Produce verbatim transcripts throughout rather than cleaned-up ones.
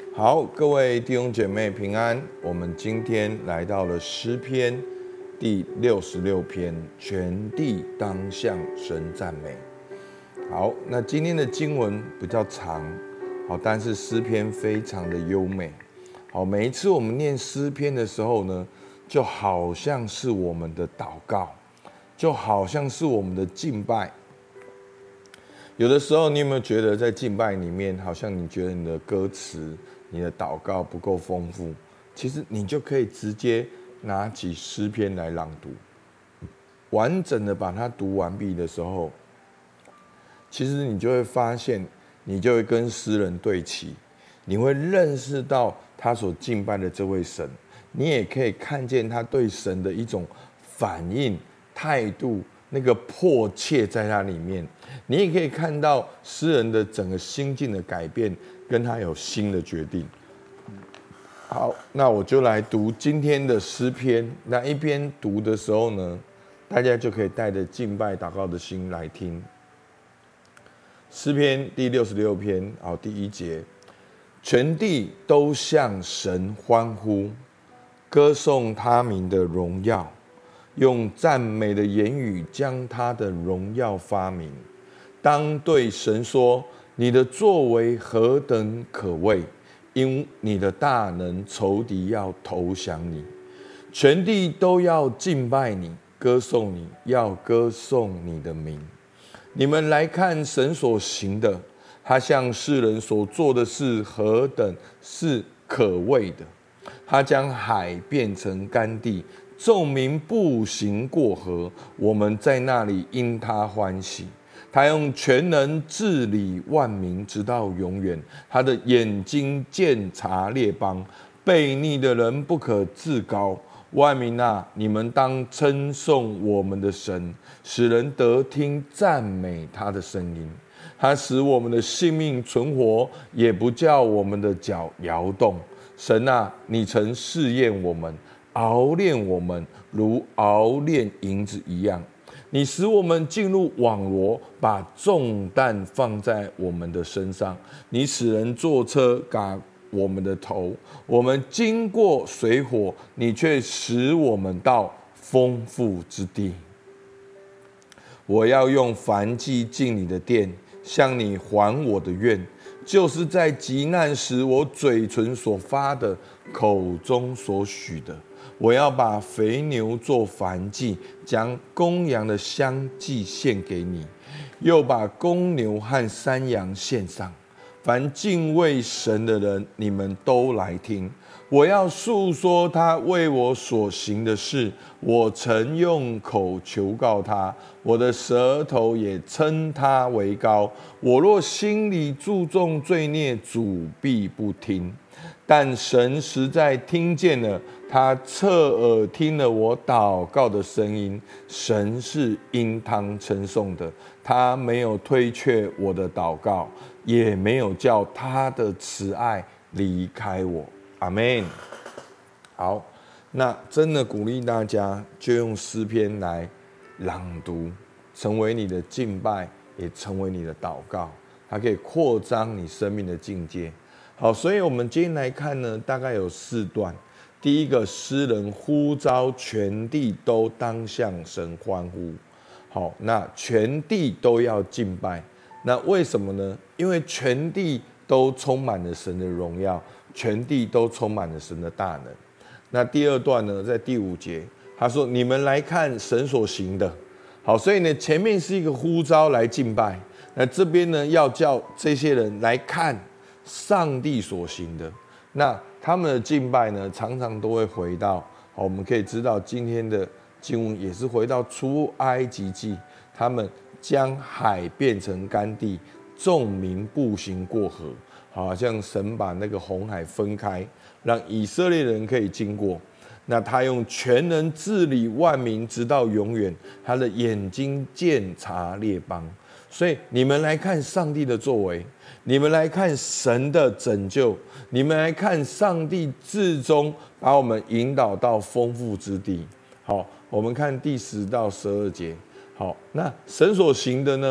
好，各位弟兄姐妹平安。我们今天来到了诗篇第六十六篇，全地当向神赞美。好，那今天的经文比较长，好，但是诗篇非常的优美。好，每一次我们念诗篇的时候呢，就好像是我们的祷告，就好像是我们的敬拜。有的时候，你有没有觉得在敬拜里面，好像你觉得你的歌词、你的祷告不够丰富？其实你就可以直接拿起诗篇来朗读，完整的把它读完毕的时候，其实你就会发现，你就会跟诗人对齐，你会认识到他所敬拜的这位神，你也可以看见他对神的一种反应、态度。那个迫切在他里面，你也可以看到诗人的整个心境的改变，跟他有新的决定。好，那我就来读今天的诗篇。那一边读的时候呢，大家就可以带着敬拜祷告的心来听。诗篇第六十六篇，好，第一节，全地都向神欢呼，歌颂他名的荣耀。用赞美的言语将他的荣耀发明，当对神说：你的作为何等可畏！因你的大能，仇敌要投降你，全地都要敬拜你，歌颂你，要歌颂你的名。你们来看神所行的，他向世人所做的事何等是可畏的！他将海变成干地。众民步行过河，我们在那里因他欢喜。他用全能治理万民，直到永远。他的眼睛鉴察列邦，悖逆的人不可自高。万民啊，你们当称颂我们的神，使人得听赞美他的声音。他使我们的性命存活，也不叫我们的脚摇动。神啊，你曾试验我们，熬炼我们，如熬炼银子一样。你使我们进入网罗，把重担放在我们的身上。你使人坐车赶我们的头，我们经过水火，你却使我们到丰富之地。我要用燔祭进你的殿，向你还我的愿，就是在急难时我嘴唇所发的，口中所许的。我要把肥牛做燔祭，将公羊的香祭献给你，又把公牛和山羊献上。凡敬畏神的人，你们都来听。我要述说他为我所行的事，我曾用口求告他，我的舌头也称他为高。我若心里注重罪孽，主必不听。但神实在听见了，他侧耳听了我祷告的声音。神是应当称颂的，他没有推却我的祷告，也没有叫他的慈爱离开我。阿们。好，那真的鼓励大家，就用诗篇来朗读，成为你的敬拜，也成为你的祷告，它可以扩张你生命的境界。好，所以我们今天来看呢，大概有四段。第一个，诗人呼召全地都当向神欢呼。好，那全地都要敬拜，那为什么呢？因为全地都充满了神的荣耀，全地都充满了神的大能。那第二段呢，在第五节，他说：“你们来看神所行的。”好，所以呢，前面是一个呼召来敬拜，那这边呢，要叫这些人来看上帝所行的。那他们的敬拜呢，常常都会回到，好，我们可以知道今天的经文也是回到出埃及记，他们将海变成干地，众民步行过河，好像神把那个红海分开，让以色列人可以经过。那他用全能治理万民，直到永远。他的眼睛鉴察列邦。所以你们来看上帝的作为，你们来看神的拯救，你们来看上帝至终把我们引导到丰富之地。好，我们看第十到十二节。好，那神所行的呢？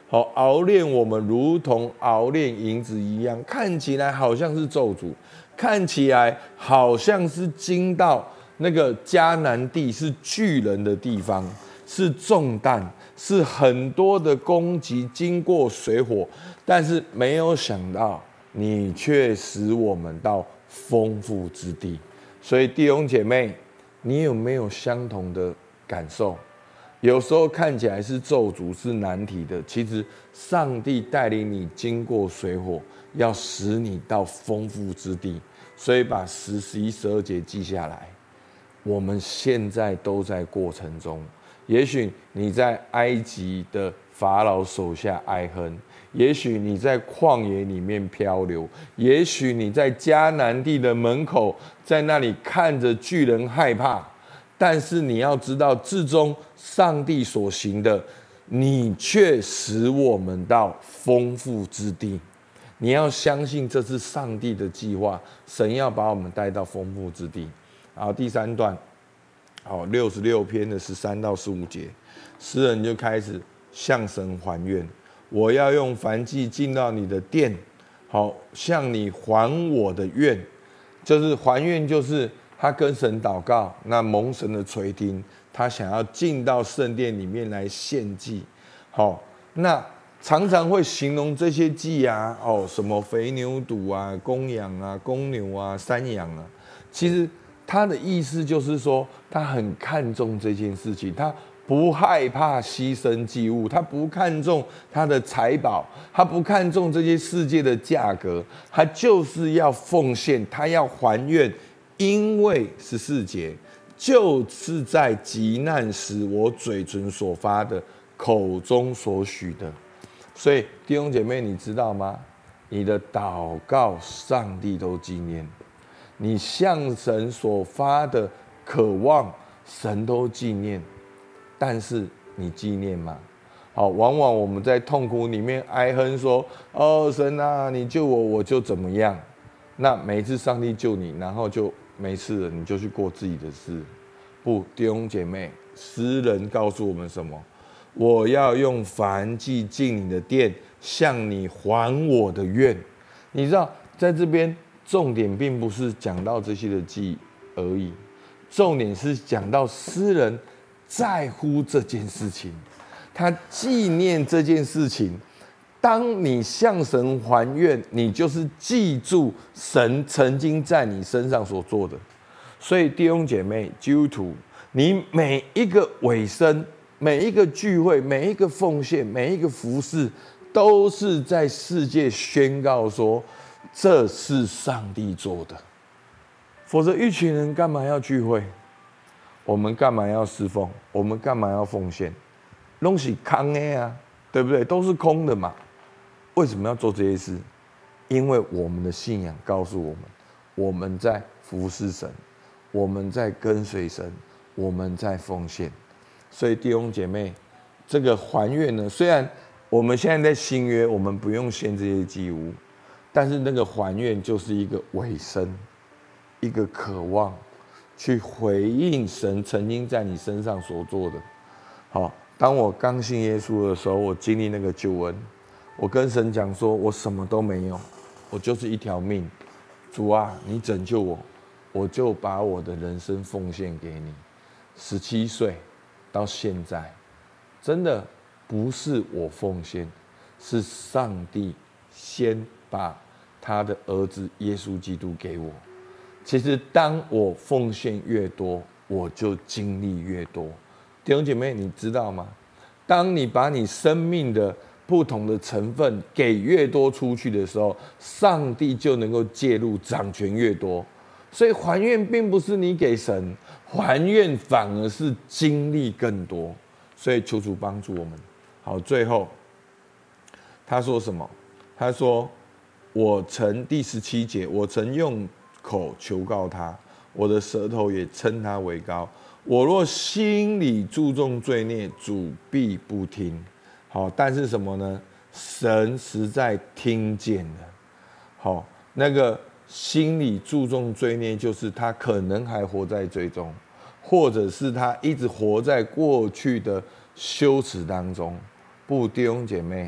好熬炼我们，如同熬炼银子一样，看起来好像是咒诅，看起来好像是经到那个迦南地是巨人的地方，是重担，是很多的攻击，经过水火，但是没有想到你却使我们到丰富之地。所以弟兄姐妹，你有没有相同的感受？有时候看起来是咒诅，是难题的，其实上帝带领你经过水火，要使你到丰富之地。所以把十、十一、十二节记下来。我们现在都在过程中，也许你在埃及的法老手下哀恨，也许你在旷野里面漂流，也许你在迦南地的门口，在那里看着巨人害怕。但是你要知道，至终上帝所行的，你却使我们到丰富之地。你要相信这是上帝的计划，神要把我们带到丰富之地。好，第三段，好，六十六篇的十三到十五节，诗人就开始向神还愿，我要用燔祭进到你的殿，好，向你还我的愿，就是还愿，就是他跟神祷告，那蒙神的垂听，他想要进到圣殿里面来献祭。好，那常常会形容这些祭啊，哦，什么肥牛犊啊、公羊啊、公牛啊、山羊啊，其实他的意思就是说，他很看重这件事情，他不害怕牺牲祭物，他不看重他的财宝，他不看重这些世界的价格，他就是要奉献，他要还愿。因为十四节，就是在急难时，我嘴唇所发的，口中所许的。所以弟兄姐妹，你知道吗？你的祷告，上帝都纪念；你向神所发的渴望，神都纪念。但是你纪念吗？好，往往我们在痛苦里面哀哼说：“哦，神啊，你救我，我就怎么样。”那每一次上帝救你，然后就没事了，你就去过自己的事。不，弟兄姐妹，诗人告诉我们什么？我要用燔祭进你的殿，向你还我的愿。你知道，在这边重点并不是讲到这些的祭而已，重点是讲到诗人在乎这件事情，他纪念这件事情。当你向神还愿，你就是记住神曾经在你身上所做的。所以弟兄姐妹，基督徒，你每一个委身，每一个聚会，每一个奉献，每一个服事，都是在世界宣告说，这是上帝做的。否则一群人干嘛要聚会？我们干嘛要侍奉？我们干嘛要奉献？都是空的啊，对不对？都是空的嘛。为什么要做这些事？因为我们的信仰告诉我们，我们在服侍神，我们在跟随神，我们在奉献。所以弟兄姐妹，这个还愿呢，虽然我们现在在新约，我们不用献这些祭物，但是那个还愿就是一个委身，一个渴望，去回应神曾经在你身上所做的。好，当我刚信耶稣的时候，我经历那个救恩。我跟神讲说，我什么都没有，我就是一条命。主啊，你拯救我，我就把我的人生奉献给你。十七岁到现在，真的不是我奉献，是上帝先把他的儿子耶稣基督给我。其实当我奉献越多，我就经历越多。弟兄姐妹，你知道吗？当你把你生命的不同的成分给越多出去的时候，上帝就能够介入，掌权越多。所以还愿并不是你给神，还愿反而是经历更多。所以求主帮助我们。好，最后他说什么？他说：“我曾第十七节，我曾用口求告他，我的舌头也称他为高。我若心里注重罪孽，主必不听。”好，但是什么呢？神实在听见了。好，那个心里注重罪孽，就是他可能还活在罪中，或者是他一直活在过去的羞耻当中。不，弟兄姐妹，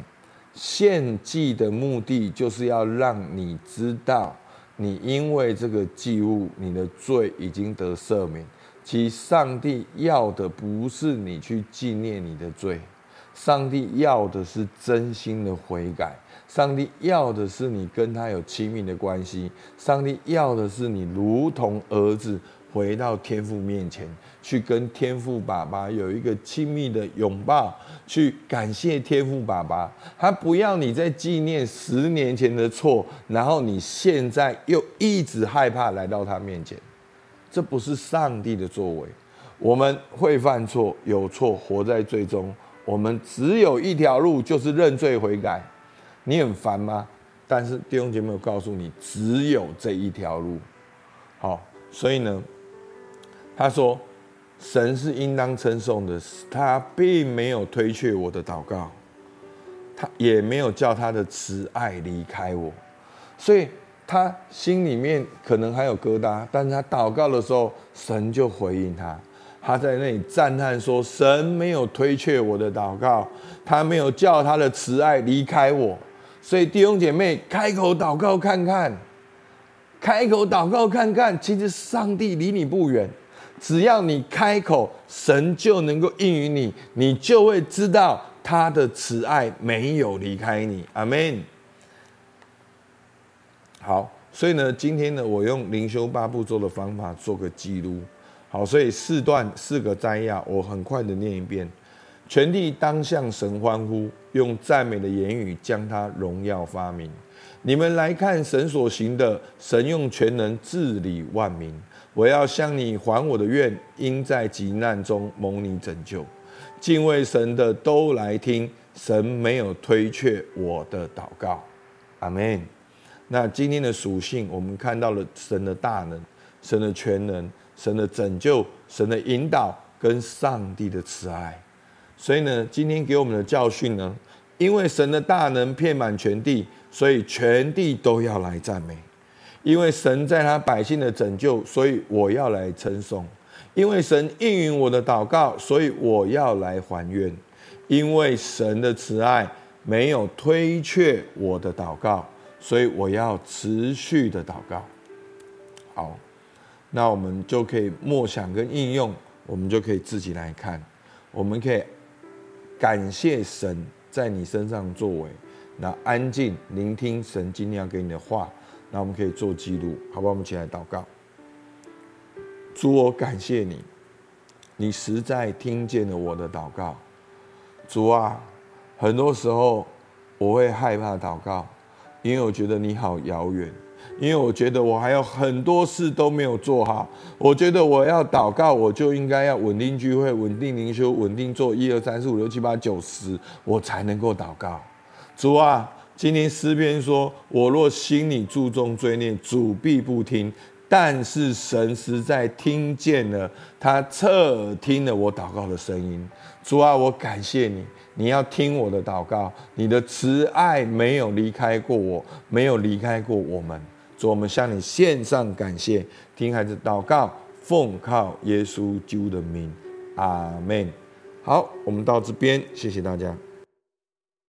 献祭的目的就是要让你知道，你因为这个祭物，你的罪已经得赦免。其实上帝要的不是你去纪念你的罪，上帝要的是真心的悔改，上帝要的是你跟他有亲密的关系，上帝要的是你如同儿子回到天父面前，去跟天父爸爸有一个亲密的拥抱，去感谢天父爸爸。他不要你在纪念十年前的错，然后你现在又一直害怕来到他面前，这不是上帝的作为。我们会犯错，有错，活在罪中，我们只有一条路，就是认罪悔改。你很烦吗？但是弟兄姐妹，我告诉你，只有这一条路。好，所以呢，他说，神是应当称颂的，他并没有推却我的祷告，他也没有叫他的慈爱离开我。所以他心里面可能还有疙瘩，但是他祷告的时候，神就回应他。他在那里赞叹说，神没有推却我的祷告，他没有叫他的慈爱离开我。所以弟兄姐妹，开口祷告看看，开口祷告看看，其实上帝离你不远，只要你开口，神就能够应允你，你就会知道他的慈爱没有离开你。阿们。好，所以呢，今天呢，我用灵修八步骤的方法做个记录。好，所以四段四个摘要，我很快的念一遍。全地当向神欢呼，用赞美的言语将他荣耀发明。你们来看神所行的，神用全能治理万民。我要向你还我的愿，因在急难中蒙你拯救。敬畏神的都来听，神没有推却我的祷告。阿们。那今天的属性，我们看到了神的大能，神的全能，神的拯救，神的引导，跟上帝的慈爱。所以呢，今天给我们的教训呢，因为神的大能遍满全地，所以全地都要来赞美。因为神在他百姓的拯救，所以我要来称颂。因为神应允我的祷告，所以我要来还愿。因为神的慈爱没有推却我的祷告，所以我要持续的祷告。好，那我们就可以默想跟应用，我们就可以自己来看，我们可以感谢神在你身上作为，那安静聆听神今天要给你的话，那我们可以做记录，好不好？我们一起来祷告。主，我感谢你，你实在听见了我的祷告。主啊，很多时候我会害怕祷告，因为我觉得你好遥远，因为我觉得我还有很多事都没有做好。我觉得我要祷告，我就应该要稳定聚会、稳定灵修、稳定做一二三四五六七八九十，我才能够祷告。主啊，今天诗篇说，我若心里注重罪孽，主必不听。但是神实在听见了，他侧听了我祷告的声音。主啊，我感谢你，你要听我的祷告，你的慈爱没有离开过我，没有离开过我们。主，我们向你献上感谢，听孩子祷告，奉靠耶稣基督的名，阿们。好，我们到这边，谢谢大家。